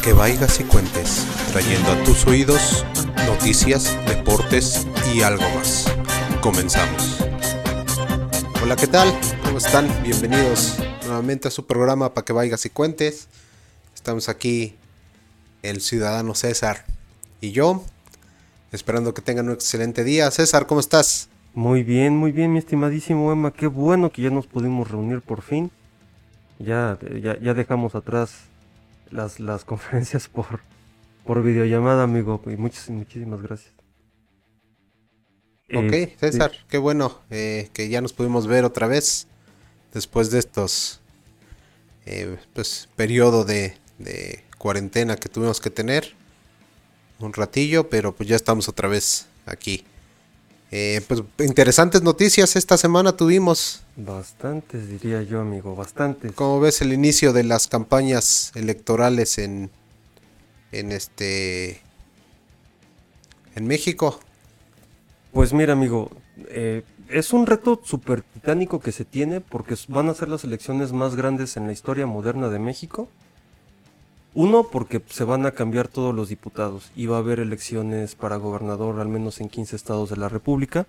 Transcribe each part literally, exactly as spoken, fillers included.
que vayas y cuentes, trayendo a tus oídos noticias, deportes y algo más. Comenzamos. Hola, ¿qué tal? ¿Cómo están? Bienvenidos nuevamente a su programa Para que vayas y cuentes. Estamos aquí el ciudadano César y yo, esperando que tengan un excelente día. César, ¿cómo estás? Muy bien, muy bien, mi estimadísimo Emma. Qué bueno que ya nos pudimos reunir por fin. Ya, ya, ya dejamos atrás las, las conferencias por, por videollamada, amigo. Y muchas, muchísimas gracias. Ok, Este, César, qué bueno eh, que ya nos pudimos ver otra vez después de estos eh, pues periodo de, de cuarentena que tuvimos que tener un ratillo, pero pues ya estamos otra vez aquí. Eh, pues interesantes noticias esta semana tuvimos. Bastantes, diría yo, amigo, bastantes. ¿Cómo ves el inicio de las campañas electorales en, en este en México? Pues mira, amigo, eh, es un reto súper titánico que se tiene porque van a ser las elecciones más grandes en la historia moderna de México. Uno, porque se van a cambiar todos los diputados y va a haber elecciones para gobernador al menos en quince estados de la República.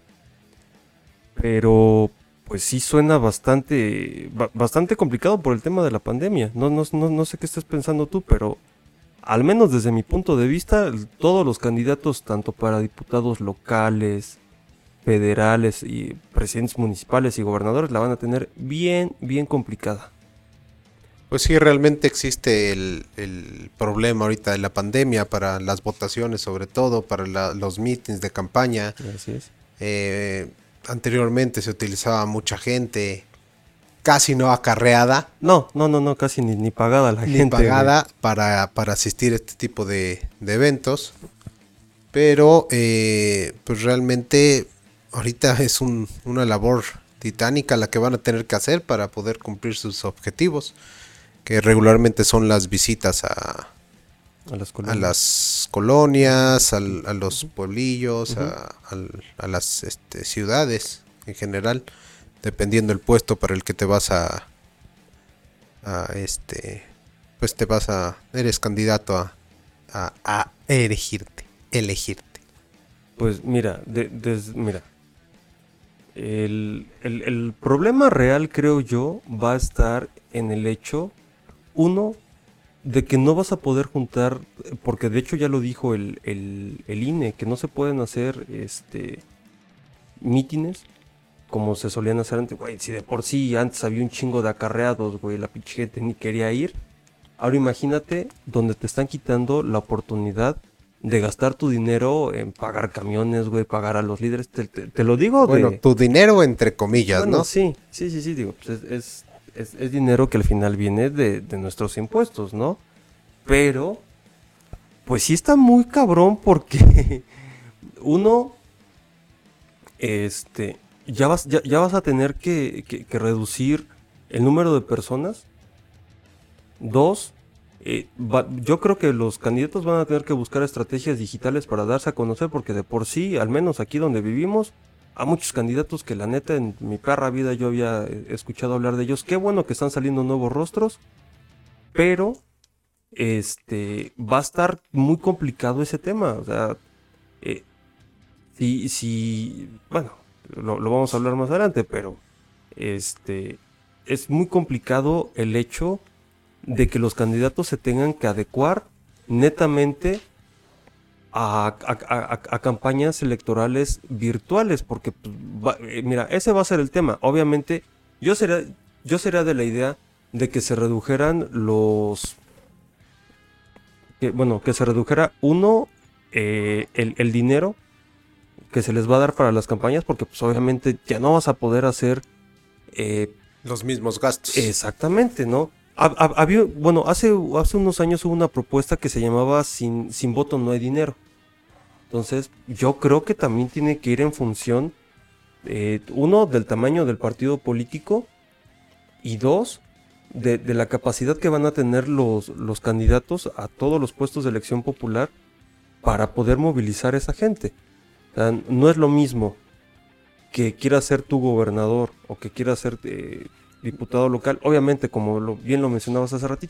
Pero pues sí suena bastante ba- bastante complicado por el tema de la pandemia. No, no, no, no sé qué estés pensando tú, pero al menos desde mi punto de vista, el- todos los candidatos, tanto para diputados locales, federales y presidentes municipales y gobernadores, la van a tener bien, bien complicada. Pues sí, realmente existe el, el problema ahorita de la pandemia para las votaciones, sobre todo para la- los mítines de campaña. Así es. Eh, anteriormente se utilizaba mucha gente, casi no acarreada, No, no, no, no, casi ni, ni pagada la ni gente, güey. pagada para, para asistir a este tipo de, de eventos. Pero eh, pues realmente ahorita es un, una labor titánica la que van a tener que hacer para poder cumplir sus objetivos, que regularmente son las visitas a, A las a colonias. las colonias, al- a los pueblillos, Ujú. a, al- a las este, ciudades en general, dependiendo el puesto para el que te vas a, a este, pues te vas a, eres candidato a, a, a elegirte, elegirte. Pues mira, de- des- mira, el, el- el problema real, creo yo, va a estar en el hecho, uno, de que no vas a poder juntar, eh, porque de hecho ya lo dijo el, el, el I N E, que no se pueden hacer este mítines como se solían hacer antes, güey. Si de por sí antes había un chingo de acarreados, güey, la pinche gente ni quería ir. Ahora imagínate donde te están quitando la oportunidad de gastar tu dinero en pagar camiones, güey, pagar a los líderes. Te, te- te lo digo Bueno, de... tu dinero entre comillas, Bueno, ¿no? sí, sí, sí, sí, digo, pues es, es, es- es dinero que al final viene de, de nuestros impuestos, ¿no? Pero, pues sí está muy cabrón porque uno, este, ya vas, ya, ya vas a tener que, que- que reducir el número de personas. Dos, eh, va- yo creo que los candidatos van a tener que buscar estrategias digitales para darse a conocer, porque de por sí, al menos aquí donde vivimos, hay muchos candidatos que la neta en mi perra vida yo había eh, escuchado hablar de ellos. Qué bueno que están saliendo nuevos rostros, pero este va a estar muy complicado ese tema. O sea, eh, si, si, bueno, lo, lo vamos a hablar más adelante, pero este es muy complicado el hecho de que los candidatos se tengan que adecuar netamente a, a- a- a campañas electorales virtuales, porque pues, va- eh, mira, ese va a ser el tema. Obviamente, yo sería, yo sería de la idea de que se redujeran los, que, bueno, que se redujera uno, eh, el, el dinero que se les va a dar para las campañas, porque pues obviamente ya no vas a poder hacer eh, Los mismos gastos. exactamente, ¿no? Hab- hab- Había, bueno, hace, hace unos años hubo una propuesta que se llamaba Sin, sin voto no hay dinero. Entonces, yo creo que también tiene que ir en función, eh, uno, del tamaño del partido político y dos, de, de la capacidad que van a tener los, los candidatos a todos los puestos de elección popular para poder movilizar a esa gente. O sea, no es lo mismo que quiera ser tu gobernador o que quiera ser eh, diputado local, obviamente como lo, bien lo mencionabas hace ratito,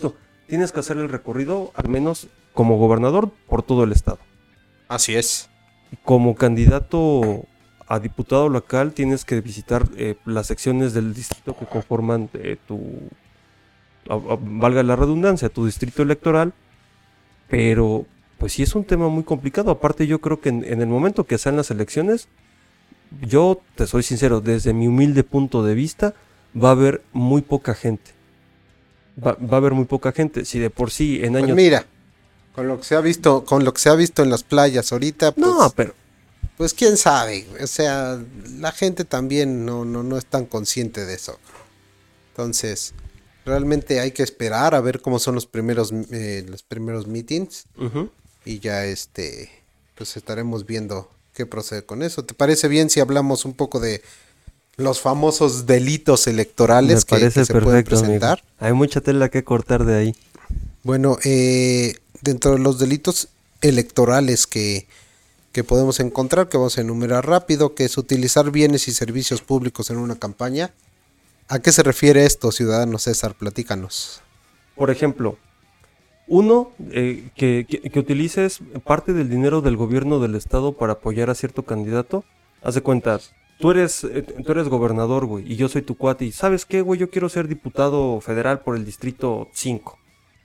tienes que hacer el recorrido, al menos como gobernador, por todo el estado. Así es. Como candidato a diputado local, tienes que visitar eh, las secciones del distrito que conforman eh, tu, a, a, valga la redundancia, tu distrito electoral, pero pues sí es un tema muy complicado. Aparte, yo creo que en, en el momento que sean las elecciones, yo te soy sincero, desde mi humilde punto de vista, va a haber muy poca gente. Va, va a haber muy poca gente. Si de por sí en años... Pues mira, con lo que se ha visto, con lo que se ha visto en las playas ahorita, pues, no, pero... pues quién sabe. O sea, la gente también no, no, no es tan consciente de eso. Entonces, realmente hay que esperar a ver cómo son los primeros, eh, los primeros meetings. Uh-huh. Y ya este, pues estaremos viendo qué procede con eso. ¿Te parece bien si hablamos un poco de los famosos delitos electorales que, que se perfecto, pueden presentar? Amigo. Hay mucha tela que cortar de ahí. Bueno, eh, dentro de los delitos electorales que, que podemos encontrar, que vamos a enumerar rápido, que es utilizar bienes y servicios públicos en una campaña. ¿A qué se refiere esto, ciudadano César? Platícanos. Por ejemplo, uno, eh, que, que, que utilices parte del dinero del gobierno del estado para apoyar a cierto candidato. Haz de cuenta, tú eres, eh, tú eres gobernador, güey, y yo soy tu cuate, y ¿sabes qué, güey? Yo quiero ser diputado federal por el distrito cinco.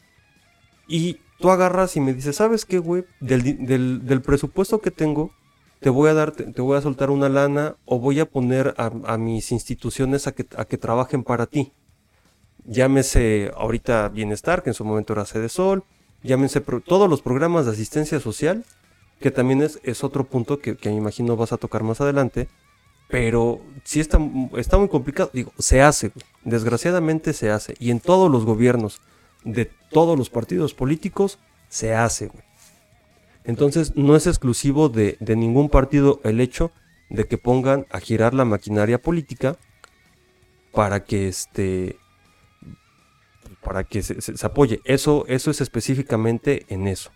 Y tú agarras y me dices, ¿sabes qué, güey? Del, del, del presupuesto que tengo, te voy a dar, te, te voy a soltar una lana o voy a poner a, a mis instituciones a que, a que trabajen para ti. Llámese ahorita Bienestar, que en su momento era Sede Sol, llámense pro, todos los programas de asistencia social, que también es, es otro punto que, que me imagino vas a tocar más adelante, pero sí está, está muy complicado. Digo, se hace, desgraciadamente se hace, y en todos los gobiernos de todos los partidos políticos se hace, güey. Entonces no es exclusivo de, de ningún partido el hecho de que pongan a girar la maquinaria política para que este para que se, se, se apoye. Eso, eso es específicamente en eso.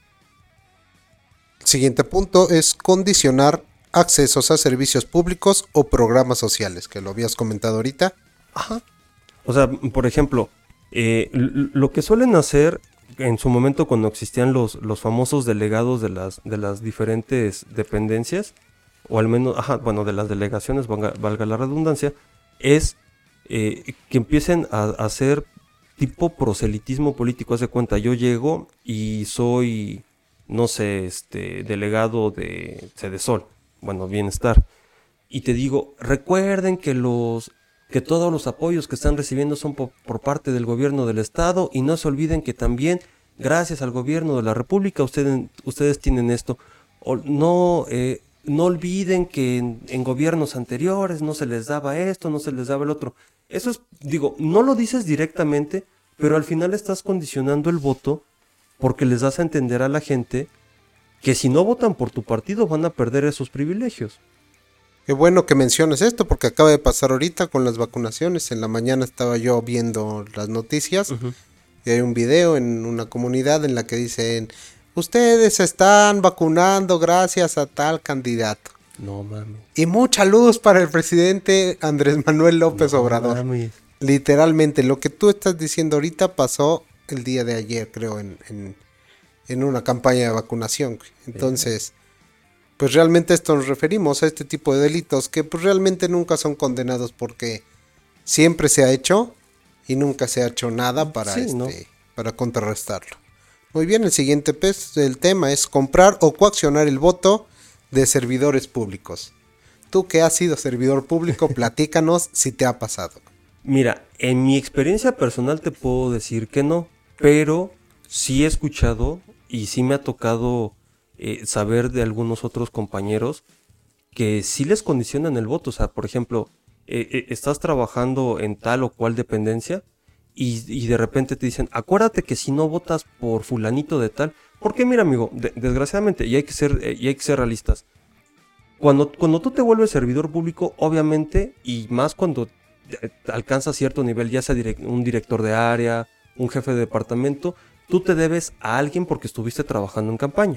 El siguiente punto es condicionar accesos a servicios públicos o programas sociales, que lo habías comentado ahorita. Ajá. O sea, por ejemplo, eh, lo que suelen hacer en su momento cuando existían los, los famosos delegados de las, de las diferentes dependencias, o al menos, ajá, bueno, de las delegaciones, valga, valga la redundancia, es eh, que empiecen a, a hacer tipo proselitismo político. Haz de cuenta, yo llego y soy, no sé, este delegado de Sede Sol, bueno, Bienestar, y te digo, recuerden que los que todos los apoyos que están recibiendo son por, por parte del gobierno del estado, y no se olviden que también gracias al gobierno de la república ustedes, ustedes tienen esto. O no, eh, no olviden que en, en gobiernos anteriores no se les daba esto, no se les daba el otro. Eso es, digo, no lo dices directamente, pero al final estás condicionando el voto porque les das a entender a la gente que si no votan por tu partido van a perder esos privilegios. Qué bueno que menciones esto porque acaba de pasar ahorita con las vacunaciones. En la mañana estaba yo viendo las noticias uh-huh. y hay un video en una comunidad en la que dicen, ustedes están vacunando gracias a tal candidato. No mames. Y mucha luz para el presidente Andrés Manuel López no, Obrador. Mames. Literalmente, lo que tú estás diciendo ahorita pasó el día de ayer, creo, en, en, en una campaña de vacunación. Entonces, pues realmente a esto nos referimos, a este tipo de delitos que pues realmente nunca son condenados porque siempre se ha hecho y nunca se ha hecho nada para, sí, este, ¿no? para contrarrestarlo. Muy bien, el siguiente pues, el tema es comprar o coaccionar el voto de servidores públicos. Tú que has sido servidor público, platícanos si te ha pasado. Mira, en mi experiencia personal te puedo decir que no, pero sí he escuchado y sí me ha tocado eh, saber de algunos otros compañeros que sí les condicionan el voto. O sea, por ejemplo, eh, eh, estás trabajando en tal o cual dependencia y, y de repente te dicen, acuérdate que si no votas por fulanito de tal, porque mira amigo, de, desgraciadamente, y hay que ser, eh, y hay que ser realistas, cuando, cuando tú te vuelves servidor público, obviamente, y más cuando alcanzas cierto nivel, ya sea direct, un director de área, un jefe de departamento, tú te debes a alguien porque estuviste trabajando en campaña.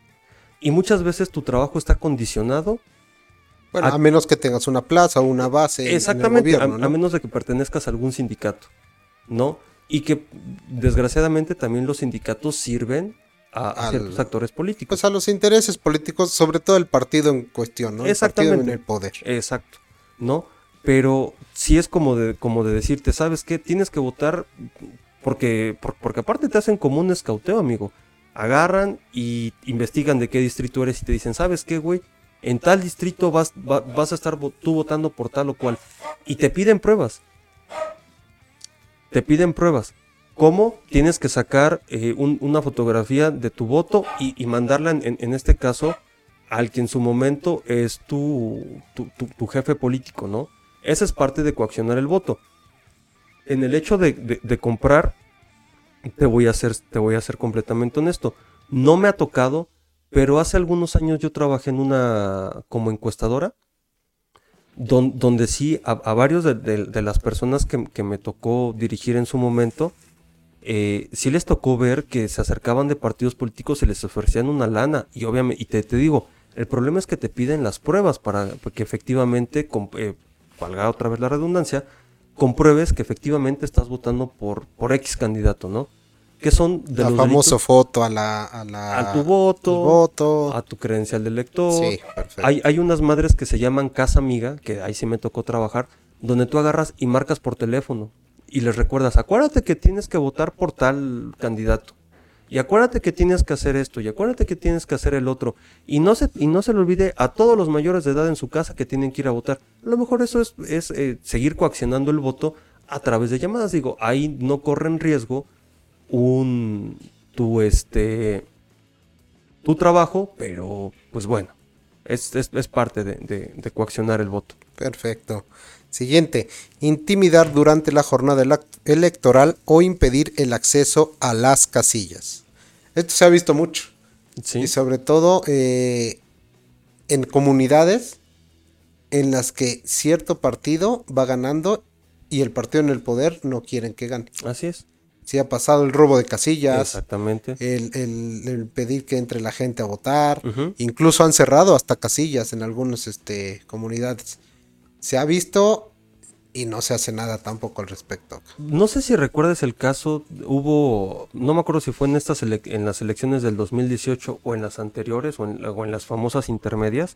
Y muchas veces tu trabajo está condicionado. Bueno, a, a menos que tengas una plaza o una base. Exactamente, en el gobierno, a, ¿no? a menos de que pertenezcas a algún sindicato, ¿no? y que desgraciadamente también los sindicatos sirven a, a Al- ciertos actores políticos. Pues a los intereses políticos, sobre todo el partido en cuestión, ¿no? El partido en Exactamente. el poder. Exacto, ¿no? Pero sí es como de, como de decirte, ¿sabes qué? Tienes que votar porque, por- porque aparte te hacen como un escauteo, amigo. Agarran y investigan de qué distrito eres y te dicen, ¿sabes qué, güey? En tal distrito vas, va- vas a estar vo- tú votando por tal o cual. Y te piden pruebas. Te piden pruebas. ¿Cómo? Tienes que sacar eh, un- una fotografía de tu voto y, y mandarla, en, en- en este caso, al que en su momento es tu, tu, tu- tu jefe político, ¿no? Esa es parte de coaccionar el voto. En el hecho de, de- de comprar, te voy a ser, te voy a ser completamente honesto. No me ha tocado, pero hace algunos años yo trabajé en una como encuestadora, don- donde sí a, a varios de, de- de las personas que, que me tocó dirigir en su momento, eh, sí les tocó ver que se acercaban de partidos políticos y les ofrecían una lana. Y obviamente, y te, te digo, el problema es que te piden las pruebas para que efectivamente, com- eh, valga otra vez la redundancia, compruebes que efectivamente estás votando por, por X candidato, ¿no? Que son de La los famosa delitos foto a la, a la a tu al voto, voto. a tu credencial de lector. Sí, perfecto. Hay, hay unas madres que se llaman Casa Amiga, que ahí sí me tocó trabajar, donde tú agarras y marcas por teléfono y les recuerdas, acuérdate que tienes que votar por tal candidato. Y acuérdate que tienes que hacer esto, y acuérdate que tienes que hacer el otro. Y no se, y no se le olvide a todos los mayores de edad en su casa que tienen que ir a votar. A lo mejor eso es, es eh, seguir coaccionando el voto a través de llamadas. Digo, ahí no corren riesgo un tu este tu trabajo, pero pues bueno, es, es, es parte de, de, de coaccionar el voto. Perfecto. Siguiente, intimidar durante la jornada elec- electoral o impedir el acceso a las casillas. Esto se ha visto mucho. ¿Sí? Y sobre todo eh, en comunidades en las que cierto partido va ganando y el partido en el poder no quieren que gane. Así es. Sí ha pasado el robo de casillas, Exactamente. el, el- el pedir que entre la gente a votar, Ujú. incluso han cerrado hasta casillas en algunas este, comunidades. Se ha visto y no se hace nada tampoco al respecto. No sé si recuerdas el caso, hubo, no me acuerdo si fue en estas ele- en las elecciones del dos mil dieciocho o en las anteriores o en, o en las famosas intermedias,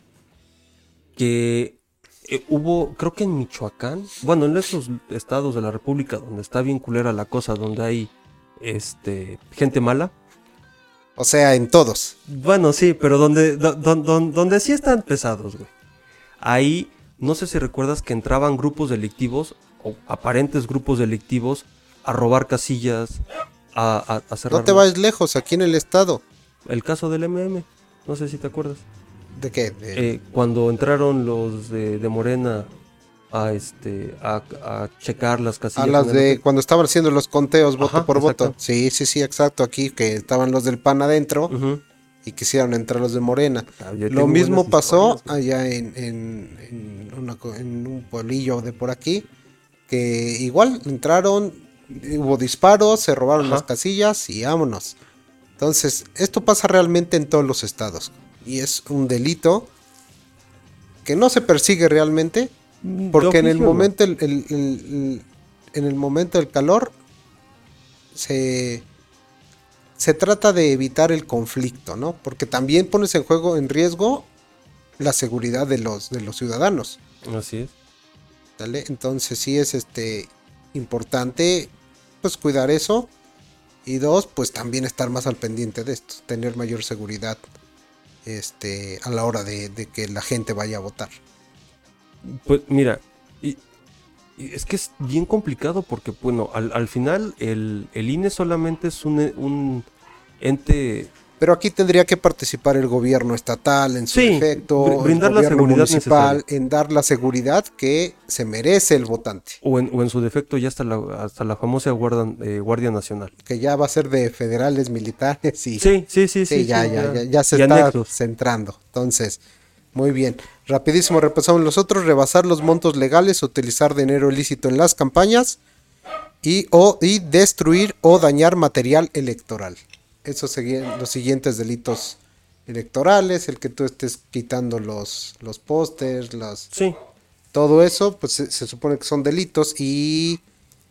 que eh, hubo, creo que en Michoacán, bueno, en esos estados de la República donde está bien culera la cosa, donde hay este gente mala. O sea, en todos. Bueno, sí, pero donde, do- don- don- donde sí están pesados, güey. Ahí, no sé si recuerdas que entraban grupos delictivos, o aparentes grupos delictivos, a robar casillas, a, a, a cerrar. No te vayas lejos, aquí en el estado. El caso del M M, no sé si te acuerdas. ¿De qué? De- Eh, cuando entraron los de, de Morena a este a, a checar las casillas. a las en el de hotel. cuando estaban haciendo los conteos voto Ajá, por exacto. voto. Sí, sí, sí, exacto. Aquí que estaban los del P A N adentro Ujú. y quisieron entrar los de Morena. Ah, yo Lo tengo mismo buenas pasó historias, güey. allá en, en, en una co- en un pueblillo de por aquí, que igual entraron, hubo disparos, se robaron Ajá. las casillas y vámonos. Entonces, esto pasa realmente en todos los estados y es un delito que no se persigue realmente, Mm, de porque en el oficio, no. momento el- el- el- el- en el momento del calor se se trata de evitar el conflicto, ¿no? Porque también pones en juego, en riesgo, la seguridad de los, de los ciudadanos, Así es. ¿vale? Entonces sí es este importante, pues cuidar eso. Y dos, pues también estar más al pendiente de esto, tener mayor seguridad este, a la hora de, de que la gente vaya a votar. Pues mira, y, y es que es bien complicado porque, bueno, al, al final el, el I N E solamente es un, un ente. Pero aquí tendría que participar el gobierno estatal en su Sí, defecto, br- brindar el la gobierno seguridad municipal, necesaria. en dar la seguridad que se merece el votante, O en, o en su defecto ya hasta la, hasta la famosa guarda, eh, Guardia Nacional. que ya va a ser de federales, militares y Sí, sí, sí, sí. sí, ya, sí, ya, ya, ya se y está anexos. centrando. Entonces, muy bien. Rapidísimo, repasamos los otros: rebasar los montos legales, utilizar dinero ilícito en las campañas y, o, y destruir o dañar material electoral. Esos serían los siguientes delitos electorales: el que tú estés quitando los, los pósters, las, Sí, todo eso, pues se, se supone que son delitos. Y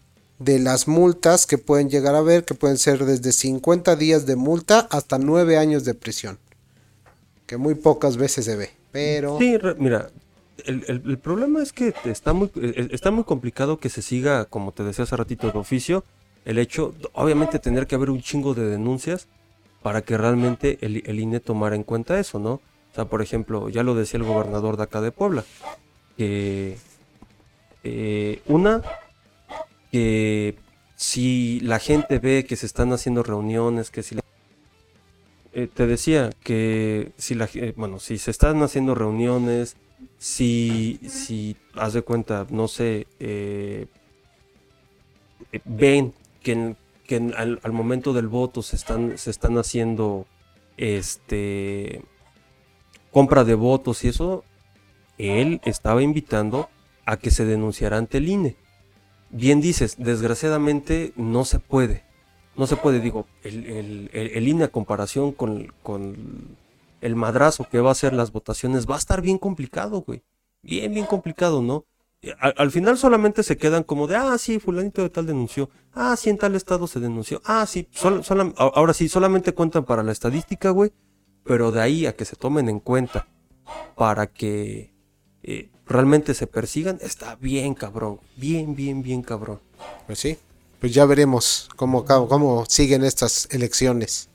de las multas que pueden llegar a haber, que pueden ser desde cincuenta días de multa hasta nueve años de prisión. Que muy pocas veces se ve, pero... Sí, re- mira, el, el- el problema es que está muy, eh, está muy complicado que se siga, como te decía hace ratito, de oficio, el hecho, obviamente tener que haber un chingo de denuncias para que realmente el, el I N E tomara en cuenta eso, ¿no? O sea, por ejemplo, ya lo decía el gobernador de acá de Puebla, que eh, una, que si la gente ve que se están haciendo reuniones, que si... la- eh, te decía que si la, ge- eh, bueno, si se están haciendo reuniones, si, si, haz de cuenta, no sé, eh, eh, ven que, en- que en- al, al momento del voto se están, se están haciendo, este, compra de votos y eso, él estaba invitando a que se denunciara ante el I N E. Bien dices, desgraciadamente no se puede. No se puede, digo, el, el, el, el I N E a comparación con, con el madrazo que va a hacer las votaciones va a estar bien complicado, güey. Bien, bien complicado, ¿no? Al, al final solamente se quedan como de, ah, sí, fulanito de tal denunció. Ah, sí, en tal estado se denunció. Ah, sí, sol, solam- a- ahora sí, solamente cuentan para la estadística, güey. Pero de ahí a que se tomen en cuenta para que eh, realmente se persigan, está bien cabrón. Bien, bien, bien cabrón. Pues sí, pues ya veremos cómo, cómo siguen estas elecciones.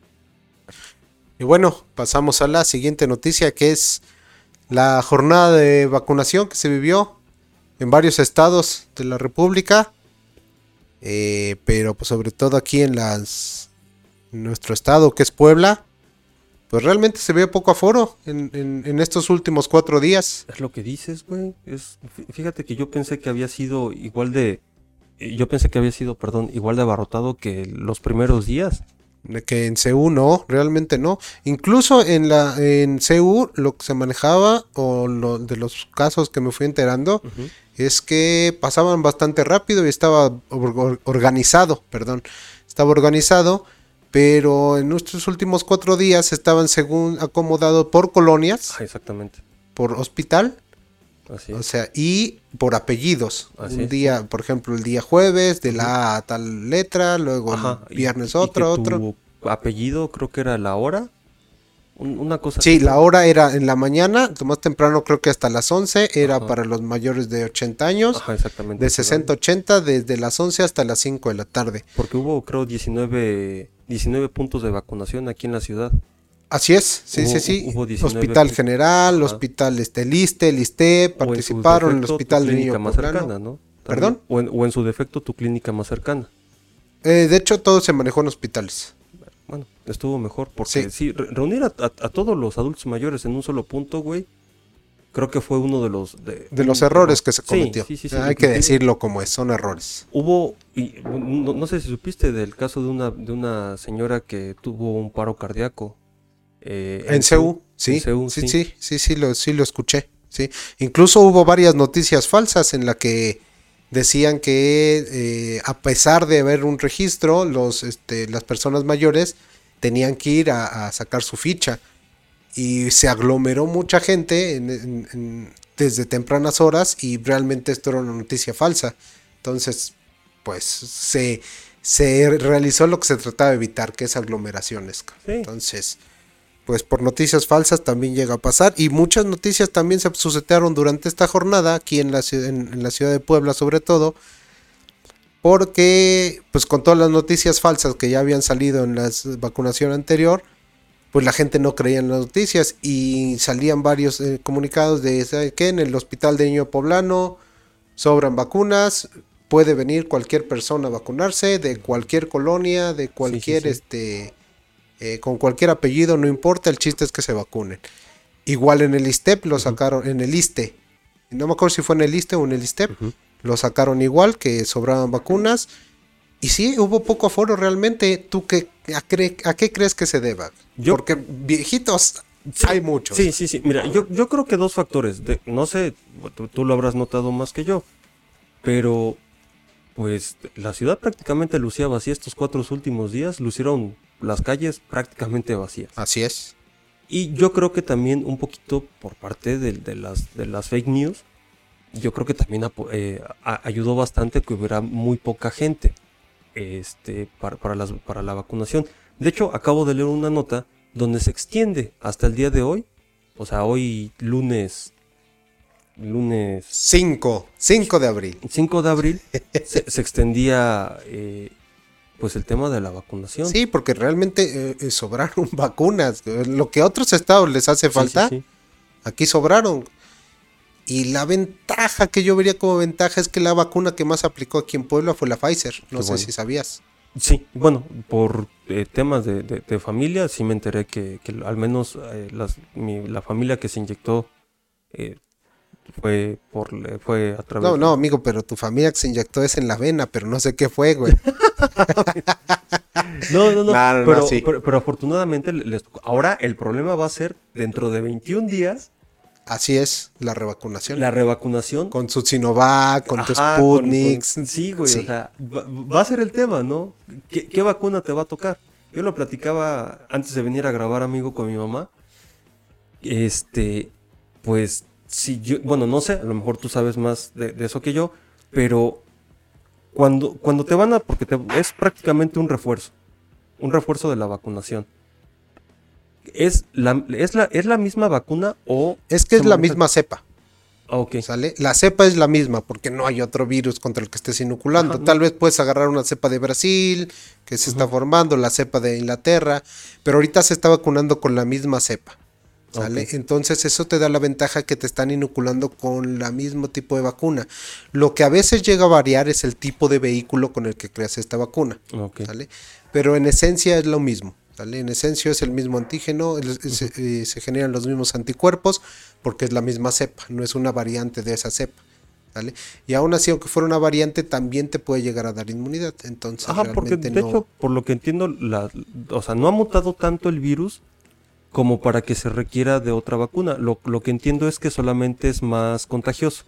Y bueno, pasamos a la siguiente noticia, que es la jornada de vacunación que se vivió en varios estados de la República, eh, pero pues sobre todo aquí en las en nuestro estado, que es Puebla, pues realmente se ve poco aforo en, en, en estos últimos cuatro días. Es lo que dices, güey. Es, fí- fíjate que yo pensé que había sido igual de, eh, yo pensé que había sido, perdón, igual de abarrotado que los primeros días. De que en C U no, realmente no. Incluso en la en C U lo que se manejaba, o lo, de los casos que me fui enterando, Ujú. es que pasaban bastante rápido y estaba or- organizado, perdón, estaba organizado, pero en nuestros últimos cuatro días estaban según acomodado por colonias, Ah, exactamente. por hospital, Así o es. sea, y por apellidos. Así Un es, día, por ejemplo, el día jueves de la A a tal letra, luego Ajá. el Y, viernes y- y que otro, otro. tu apellido creo que era la hora. un- una cosa Sí, así, la ¿no? hora era en la mañana, lo más temprano creo que hasta las once, era Ajá. para los mayores de ochenta años, Ajá, exactamente. de esa edad. sesenta a ochenta, desde las once hasta las cinco de la tarde. Porque hubo, creo, diecinueve, diecinueve puntos de vacunación aquí en la ciudad. Así es, sí, Hubo- sí, sí. hubo diecinueve Hospital puntos. General, Ajá. Hospital este, Liste, el ISSSTE, O en su participaron en el defecto, tu Hospital de clínica Niño más Poblano. cercana, ¿no? También. ¿Perdón? O en, o en su defecto, tu clínica más cercana. Eh, de hecho, todo se manejó en hospitales. Bueno, estuvo mejor porque Sí. sí, re- reunir a, a- a todos los adultos mayores en un solo punto, güey, creo que fue uno de los... De, De los un errores error. que se Sí, cometió. sí, sí, sí, Hay que inclusive decirlo como es, son errores. Hubo, y no, no sé si supiste del caso de una, de una señora que tuvo un paro cardíaco. eh, En C U, sí, en C U, sí, sí, sí, sí, lo, sí lo escuché. Sí. Incluso hubo varias noticias falsas en la que decían que eh, a pesar de haber un registro, los, este, las personas mayores tenían que ir a, a sacar su ficha. Y se aglomeró mucha gente en- en- en- desde tempranas horas y realmente esto era una noticia falsa. Entonces, pues se, se realizó lo que se trataba de evitar, que es aglomeraciones. Sí. Entonces, pues por noticias falsas también llega a pasar. Y muchas noticias también se sucedieron durante esta jornada, aquí en la, ciudad- en, en la ciudad de Puebla sobre todo. Porque, pues con todas las noticias falsas que ya habían salido en la vacunación anterior, pues la gente no creía en las noticias y salían varios eh, comunicados de, ¿sabe qué? En el hospital de Niño Poblano sobran vacunas, puede venir cualquier persona a vacunarse, de cualquier colonia, de cualquier, sí. este, eh, con cualquier apellido, no importa, el chiste es que se vacunen. Igual en el ISSSTEP lo sacaron, en el ISSSTE, no me acuerdo si fue en el ISSSTE o en el ISSSTEP, Ujú. lo sacaron igual, que sobraban vacunas. Y sí, hubo poco aforo realmente. ¿Tú qué, a, cre- a qué crees que se deba? Yo- Porque viejitos Sí, hay muchos. Sí, sí, sí. Mira, yo, yo creo que dos factores. De- no sé, tú, tú lo habrás notado más que yo. Pero, pues, la ciudad prácticamente lucía vacía estos cuatro últimos días. Lucieron las calles prácticamente vacías. Así es. Y yo creo que también un poquito por parte de, de las, de las fake news, yo creo que también apo- eh, a- ayudó bastante que hubiera muy poca gente este, para, para, las, para la vacunación. De hecho, acabo de leer una nota donde se extiende hasta el día de hoy, o sea, hoy lunes, lunes cinco, cinco de abril. cinco de abril, se, se extendía eh, pues el tema de la vacunación. Sí, porque realmente eh, sobraron vacunas. Lo que a otros estados les hace Sí, falta, sí, sí. aquí sobraron. Y la ventaja que yo vería como ventaja es que la vacuna que más aplicó aquí en Puebla fue la Pfizer. No Qué sé bueno. si sabías. Sí, bueno, por eh, temas de, de- de familia, sí me enteré que, que al menos eh, las- mi- la familia que se inyectó eh, fue por le- fue a través No, de... no, amigo, pero tu familia que se inyectó es en la vena, pero no sé qué fue, güey. No, no, no, No, no, no, pero, sí. pero, pero afortunadamente les tocó. Ahora el problema va a ser dentro de veintiún días Así es, la revacunación. la revacunación. Con su Sinovac, con tu Ajá, con- Sputnik. con- sí, güey, Sí. o sea, va, va a ser el tema, ¿no? ¿Qué, qué vacuna te va a tocar? Yo lo platicaba antes de venir a grabar, amigo, con mi mamá. Este, pues, si yo, bueno, no sé, a lo mejor tú sabes más de, de eso que yo, pero cuando, cuando te van a, porque te- es prácticamente un refuerzo, un refuerzo de la vacunación. ¿Es la, es la, es la misma vacuna o...? Es que se es la maneja- misma cepa, Ah, ok. ¿sale? La cepa es la misma porque no hay otro virus contra el que estés inoculando. Ajá, no. Tal vez puedes agarrar una cepa de Brasil que se está Ujú. formando, la cepa de Inglaterra, pero ahorita se está vacunando con la misma cepa, ¿sale? Ok. Entonces eso te da la ventaja que te están inoculando con el mismo tipo de vacuna. Lo que a veces llega a variar es el tipo de vehículo con el que creas esta vacuna, Ok. ¿sale? Pero en esencia es lo mismo, ¿sale? En esencia es el mismo antígeno, el- se, eh, se generan los mismos anticuerpos porque es la misma cepa, no es una variante de esa cepa, ¿sale? Y aún así, aunque fuera una variante, también te puede llegar a dar inmunidad, entonces Ajá, porque realmente de no... hecho, por lo que entiendo, la, o sea, no ha mutado tanto el virus como para que se requiera de otra vacuna. Lo, lo que entiendo es que solamente es más contagioso.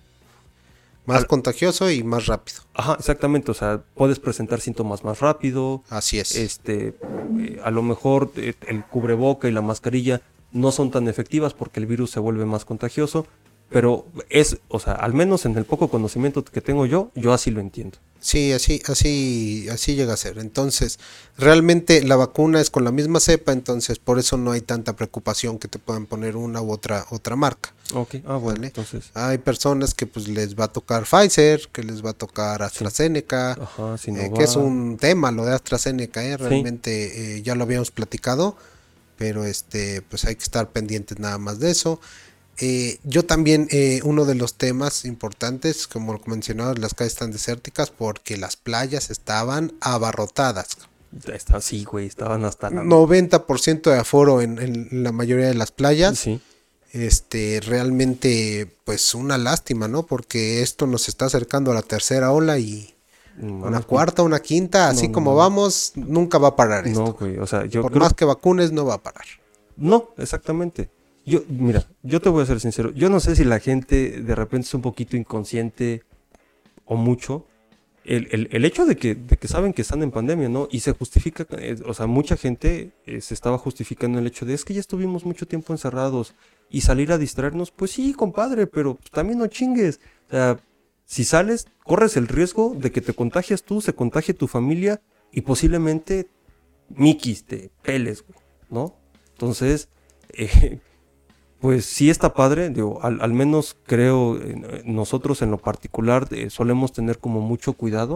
más al- contagioso y más rápido, Ajá, exactamente. O sea, puedes presentar síntomas más rápido. así es. Este, eh, a lo mejor eh, el cubreboca y la mascarilla no son tan efectivas porque el virus se vuelve más contagioso. Pero es, o sea, al menos en el poco conocimiento que tengo yo, yo así lo entiendo. Sí, así, así, así llega a ser. Entonces, realmente la vacuna es con la misma cepa, entonces por eso no hay tanta preocupación que te puedan poner una u otra, otra marca. Ok, ah, bueno, ¿Vale? entonces. Hay personas que pues les va a tocar Pfizer, que les va a tocar AstraZeneca, Ajá, eh, Sinovac. que es un tema lo de AstraZeneca, ¿eh? Realmente eh, ya lo habíamos platicado, pero este, pues hay que estar pendientes nada más de eso. Eh, yo también, eh, uno de los temas importantes, como mencionaba, las calles están desérticas porque las playas estaban abarrotadas. Está, sí, güey, estaban hasta la... noventa por ciento de aforo en, en la mayoría de las playas. Sí, Este, realmente, pues una lástima, ¿no? Porque esto nos está acercando a la tercera ola y no una mames, cuarta, una quinta, así no, como no. vamos, nunca va a parar no, esto. güey, o sea, yo Por creo... más que vacunes, no va a parar. No, exactamente. Yo, mira, yo te voy a ser sincero, yo no sé si la gente de repente es un poquito inconsciente o mucho. El, el, el hecho de que, de que saben que están en pandemia, ¿no? Y se justifica, eh, o sea, mucha gente eh, se estaba justificando el hecho de es que ya estuvimos mucho tiempo encerrados y salir a distraernos, pues sí, compadre, pero también no chingues. O sea, si sales, corres el riesgo de que te contagies tú, se contagie tu familia y posiblemente miquis, te peles, güey, ¿no? Entonces, eh, pues sí está padre, digo, al, al menos creo eh, nosotros en lo particular eh, solemos tener como mucho cuidado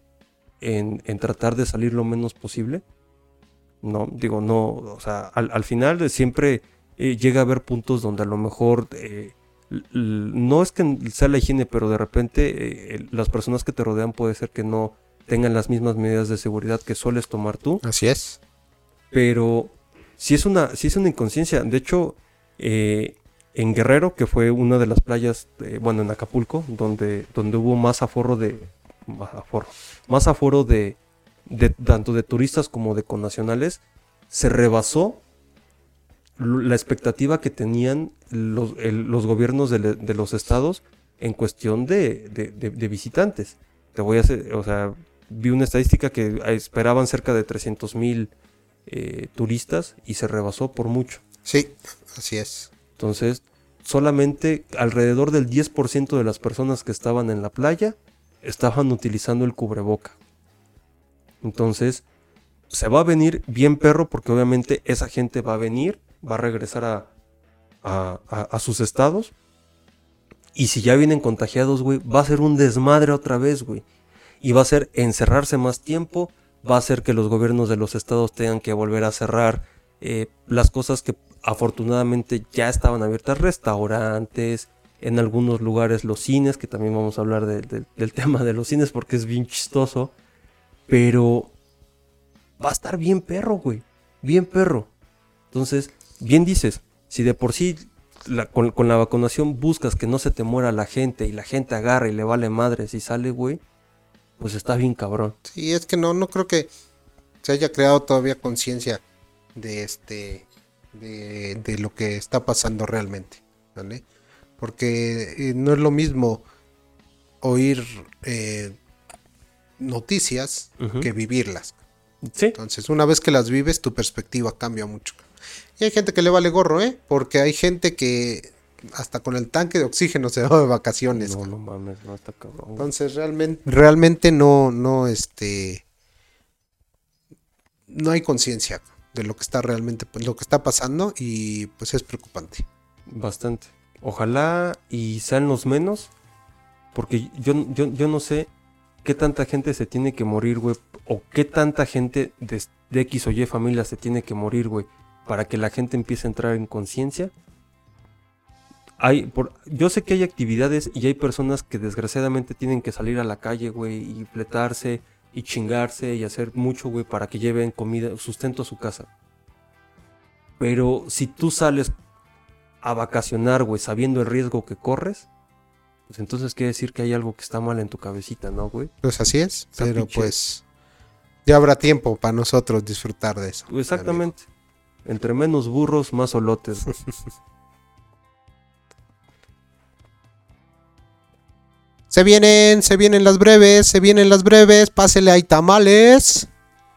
en, en tratar de salir lo menos posible. No, digo, no, o sea, al, al final eh, siempre eh, llega a haber puntos donde a lo mejor eh, l- l- no es que sea la higiene, pero de repente eh, las personas que te rodean puede ser que no tengan las mismas medidas de seguridad que sueles tomar tú. Así es. Pero sí es una, sí es una inconsciencia. De hecho, eh, en Guerrero, que fue una de las playas, eh, bueno, en Acapulco, donde, donde hubo más aforo de, más aforo, más aforo de, de tanto de turistas como de connacionales, se rebasó l- la expectativa que tenían los, el- los gobiernos de, le- de los estados en cuestión de, de- de- de visitantes. Te voy a hacer, o sea, vi una estadística que esperaban cerca de trescientos mil eh, turistas y se rebasó por mucho. Sí, así es. Entonces, solamente alrededor del diez por ciento de las personas que estaban en la playa estaban utilizando el cubreboca. Entonces, se va a venir bien perro porque obviamente esa gente va a venir, va a regresar a, a, a, a sus estados. Y si ya vienen contagiados, güey, va a ser un desmadre otra vez, güey. Y va a ser encerrarse más tiempo, va a ser que los gobiernos de los estados tengan que volver a cerrar eh, las cosas que afortunadamente ya estaban abiertas, restaurantes, en algunos lugares los cines, que también vamos a hablar de, de, del tema de los cines porque es bien chistoso, pero va a estar bien perro, güey, bien perro. Entonces, bien dices, si de por sí la, con, con la vacunación buscas que no se te muera la gente y la gente agarra y le vale madre si sale, güey, pues está bien cabrón. Sí, es que no, no creo que se haya creado todavía conciencia de este, de, de lo que está pasando realmente, ¿vale? Porque eh, no es lo mismo oír eh, noticias uh-huh. que vivirlas. ¿Sí? Entonces, una vez que las vives, tu perspectiva cambia mucho. Y hay gente que le vale gorro, ¿eh? Porque hay gente que hasta con el tanque de oxígeno se va de vacaciones. No, no mames, no está cabrón. Entonces, realmente, realmente no, no, este, no hay conciencia de lo que está realmente, pues, lo que está pasando y pues es preocupante. Bastante. Ojalá y sean los menos, porque yo, yo, yo no sé qué tanta gente se tiene que morir, güey, o qué tanta gente de, de X o Y familia se tiene que morir, güey, para que la gente empiece a entrar en conciencia. Hay, por, yo sé que hay actividades y hay personas que desgraciadamente tienen que salir a la calle, güey, y fletarse y chingarse y hacer mucho, güey, para que lleven comida, sustento a su casa. Pero si tú sales a vacacionar, güey, sabiendo el riesgo que corres, pues entonces quiere decir que hay algo que está mal en tu cabecita, ¿no, güey? Pues así es, o sea, pero pinche... pues ya habrá tiempo para nosotros disfrutar de eso. Exactamente. Entre menos burros, más olotes. Se vienen, se vienen las breves, se vienen las breves, pásele, hay tamales.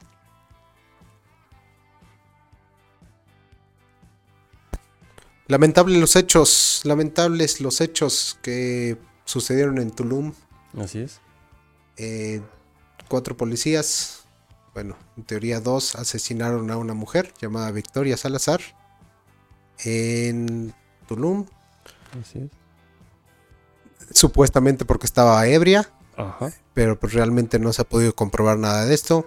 Lamentables los hechos, lamentables los hechos que sucedieron en Tulum. Así es. Eh, cuatro policías, bueno, en teoría dos, asesinaron a una mujer llamada Victoria Salazar en Tulum. Así es. Supuestamente porque estaba ebria. Ajá. Pero pues realmente no se ha podido comprobar nada de esto.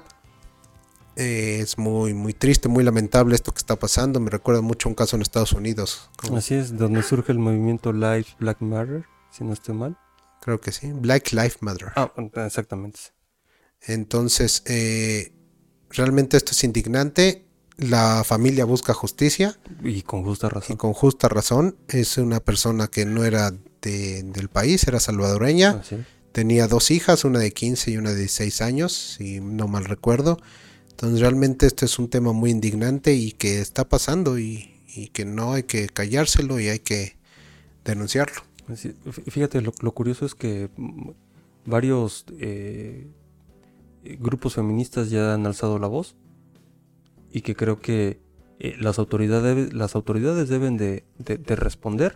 Eh, es muy muy triste, muy lamentable esto que está pasando. Me recuerda mucho a un caso en Estados Unidos. ¿Cómo? Así es, donde surge el movimiento Life Black Matter, si no estoy mal. Creo que sí, Black Lives Matter. Ah, exactamente. Entonces, eh, realmente esto es indignante. La familia busca justicia. Y con justa razón. Y con justa razón. Es una persona que no era de, del país, era salvadoreña. Así es. Tenía dos hijas, una de quince y una de dieciséis años, si no mal recuerdo. Entonces realmente esto es un tema muy indignante y que está pasando y, y que no hay que callárselo y hay que denunciarlo. Así, fíjate, lo, lo curioso es que varios eh, grupos feministas ya han alzado la voz y que creo que eh, las autoridades, las autoridades deben de, de, de responder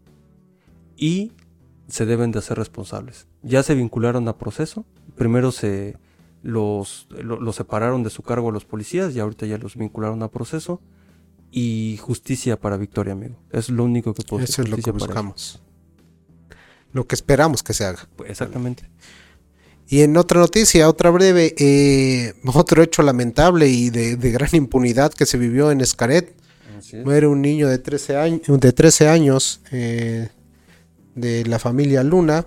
y se deben de hacer responsables. Ya se vincularon a proceso, primero se los, lo, los separaron de su cargo los policías y ahorita ya los vincularon a proceso y justicia para Victoria, amigo. Es lo único que puedo decir. Eso es lo que buscamos. Lo que esperamos que se haga. Pues exactamente. Y en otra noticia, otra breve, eh, otro hecho lamentable y de, de gran impunidad que se vivió en Xcaret. Muere un niño de trece años, de trece años eh, de la familia Luna.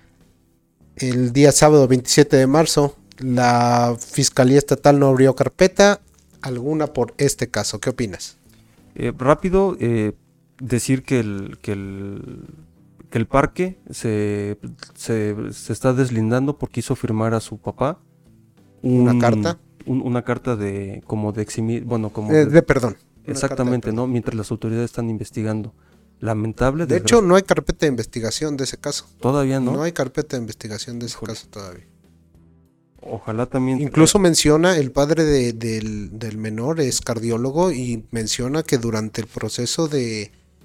El día sábado veintisiete de marzo, la Fiscalía Estatal no abrió carpeta alguna por este caso. ¿Qué opinas? Eh, rápido, eh, decir que el, que el, que el parque se, se, se está deslindando porque hizo firmar a su papá un, una carta. Un, una carta de como de eximir, bueno, como eh, de, de perdón. Exactamente, ¿no? Mientras las autoridades están investigando. Lamentable. De hecho, no hay carpeta de investigación de ese caso. Todavía no. No hay carpeta de investigación de ese Híjole. caso todavía. Ojalá también. Incluso menciona, el padre de, del, del menor es cardiólogo y menciona que durante el proceso de,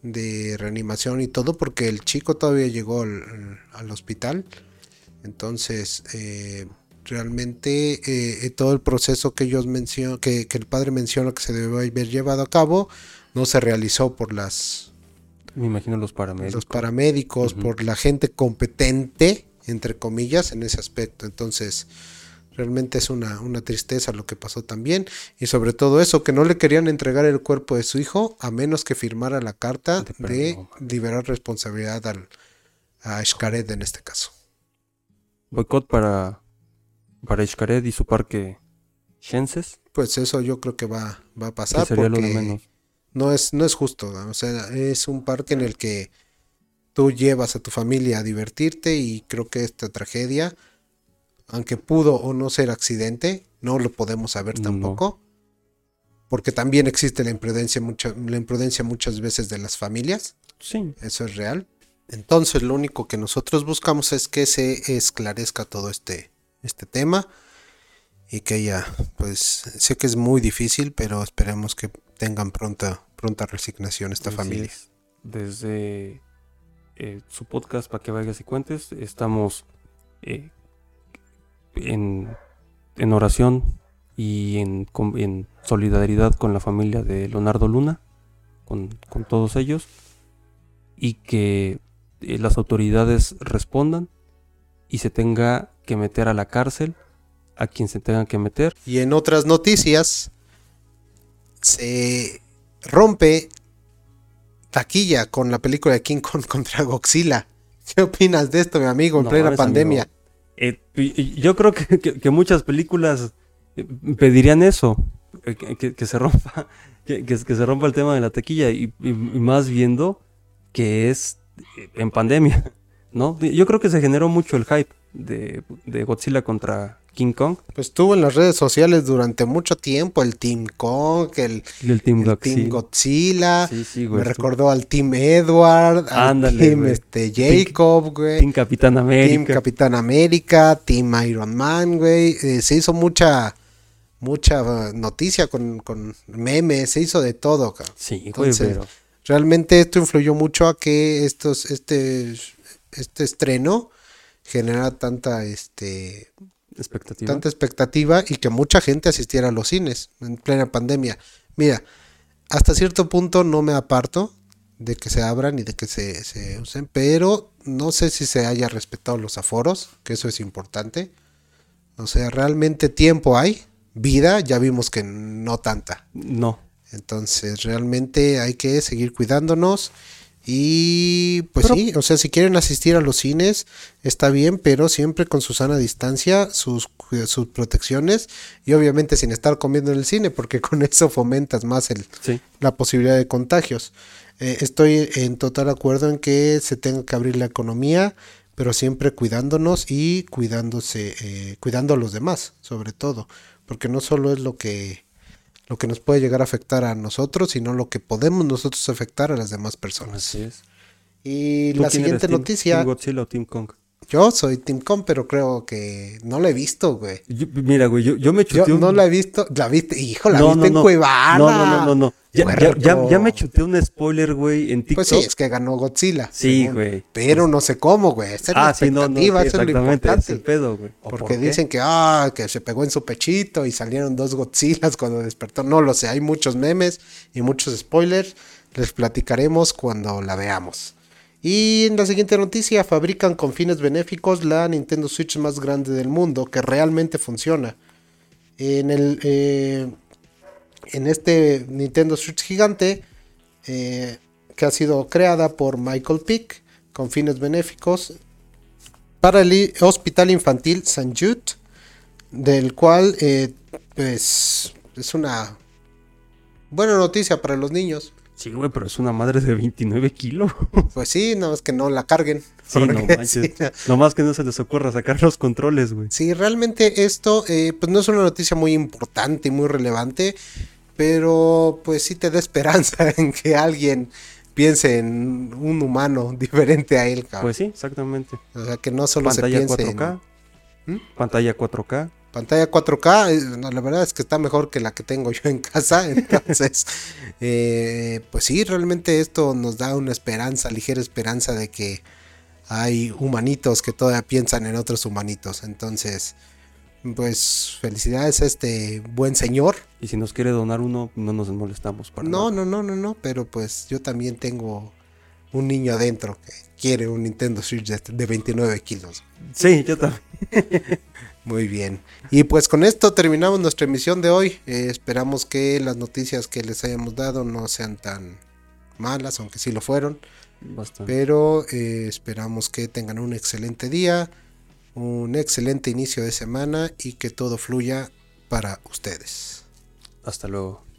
de reanimación y todo, porque el chico todavía llegó al, al hospital. Entonces, eh, realmente eh, todo el proceso que ellos mencionan, que, que el padre menciona que se debe haber llevado a cabo, no se realizó por las... Me imagino los paramédicos. Los paramédicos, uh-huh. por la gente competente, entre comillas, en ese aspecto. Entonces, realmente es una, una tristeza lo que pasó también. Y sobre todo eso, que no le querían entregar el cuerpo de su hijo a menos que firmara la carta de, de liberar responsabilidad al, a Xcaret en este caso. Boicot para, para Xcaret y su parque Xenses. Pues eso yo creo que va, va a pasar. Que sería porque lo de menos. No es, no es justo. O sea, es un parque en el que tú llevas a tu familia a divertirte y creo que esta tragedia, aunque pudo o no ser accidente, no lo podemos saber tampoco. No. Porque también existe la imprudencia, mucha, la imprudencia muchas veces de las familias. Sí. Eso es real. Entonces lo único que nosotros buscamos es que se esclarezca todo este, este tema y que ya, pues sé que es muy difícil, pero esperemos que tengan pronta, pronta resignación esta Así familia. Es. Desde eh, su podcast Para que vayas y cuentes, estamos eh, en, en oración y en, con, en solidaridad con la familia de Leonardo Luna, con, con todos ellos, y que eh, las autoridades respondan y se tenga que meter a la cárcel a quien se tenga que meter. Y en otras noticias, se rompe taquilla con la película de King Kong contra Godzilla. ¿Qué opinas de esto, mi amigo, en no, plena pandemia? Eh, yo creo que, que, que muchas películas pedirían eso, que, que, que se rompa, que, que, que se rompa el tema de la taquilla y, y, y más viendo que es en pandemia, ¿no? Yo creo que se generó mucho el hype de, de Godzilla contra King Kong. Pues estuvo en las redes sociales durante mucho tiempo el Team Kong, el, el, team, el team Godzilla, sí, sí, güey, me recordó al Team Edward, al Ándale, Team este, Jacob, güey. Team Capitán América. Team Capitán América, Team Iron Man, güey. Eh, se hizo mucha mucha noticia con, con memes, se hizo de todo, cabrón. Sí, Entonces, güey, pero... realmente esto influyó mucho a que estos este este estreno genera tanta este expectativa. tanta expectativa y que mucha gente asistiera a los cines en plena pandemia. Mira, hasta cierto punto no me aparto de que se abran y de que se, se usen, pero no sé si se haya respetado los aforos, que eso es importante. O sea, realmente tiempo hay, vida, ya vimos que no tanta. No. Entonces, realmente hay que seguir cuidándonos. Y pues pero, sí, o sea, si quieren asistir a los cines, está bien, pero siempre con su sana distancia, sus, sus protecciones y obviamente sin estar comiendo en el cine, porque con eso fomentas más el, sí. la posibilidad de contagios. Eh, estoy en total acuerdo en que se tenga que abrir la economía, pero siempre cuidándonos y cuidándose, eh, cuidando a los demás, sobre todo, porque no solo es lo que... lo que nos puede llegar a afectar a nosotros, sino lo que podemos nosotros afectar a las demás personas. Así es. Y la siguiente team, noticia... ¿Team Godzilla o Team Kong? Yo soy Team Kong, pero creo que no la he visto, güey. Yo, mira, güey, yo, yo me chuté Yo un... no la he visto, la viste, hijo, la no, viste no, en no. Cuevana. No, no, no, no, no. Ya, ya, ya, ya me chuté un spoiler, güey, en TikTok. Pues sí, es que ganó Godzilla. Sí, güey. Pero no sé cómo, güey. Esa es ah, la sí, no, no, sí, eso es lo exactamente, importante. es el pedo, güey. Porque por dicen que, ah, que se pegó en su pechito y salieron dos Godzillas cuando despertó. No lo sé, hay muchos memes y muchos spoilers. Les platicaremos cuando la veamos. Y en la siguiente noticia, fabrican con fines benéficos la Nintendo Switch más grande del mundo, que realmente funciona. En el eh, en este Nintendo Switch gigante, eh, que ha sido creada por Michael Pick, con fines benéficos, para el Hospital Infantil Saint Jude, del cual eh, pues, es una buena noticia para los niños. Sí, güey, pero es una madre de veintinueve kilos. Pues sí, nada más que no la carguen. Sí, no manches. Sí, no. Nomás que no se les ocurra sacar los controles, güey. Sí, realmente esto eh, pues no es una noticia muy importante y muy relevante, pero pues sí te da esperanza en que alguien piense en un humano diferente a él, cabrón. Pues sí, exactamente. O sea, que no solo pantalla se piense cuatro K, en... ¿Mm? Pantalla cuatro K. pantalla cuatro K, eh, no, la verdad es que está mejor que la que tengo yo en casa, entonces, eh, pues sí, realmente esto nos da una esperanza, ligera esperanza de que hay humanitos que todavía piensan en otros humanitos, entonces, pues felicidades a este buen señor. Y si nos quiere donar uno, no nos molestamos para No, nada. no, no, no, no, pero pues yo también tengo un niño adentro que quiere un Nintendo Switch de, de veintinueve kilos. Sí, yo también. Muy bien. Y pues con esto terminamos nuestra emisión de hoy. Eh, esperamos que las noticias que les hayamos dado no sean tan malas, aunque sí lo fueron. Bastante. Pero eh, esperamos que tengan un excelente día, un excelente inicio de semana y que todo fluya para ustedes. Hasta luego.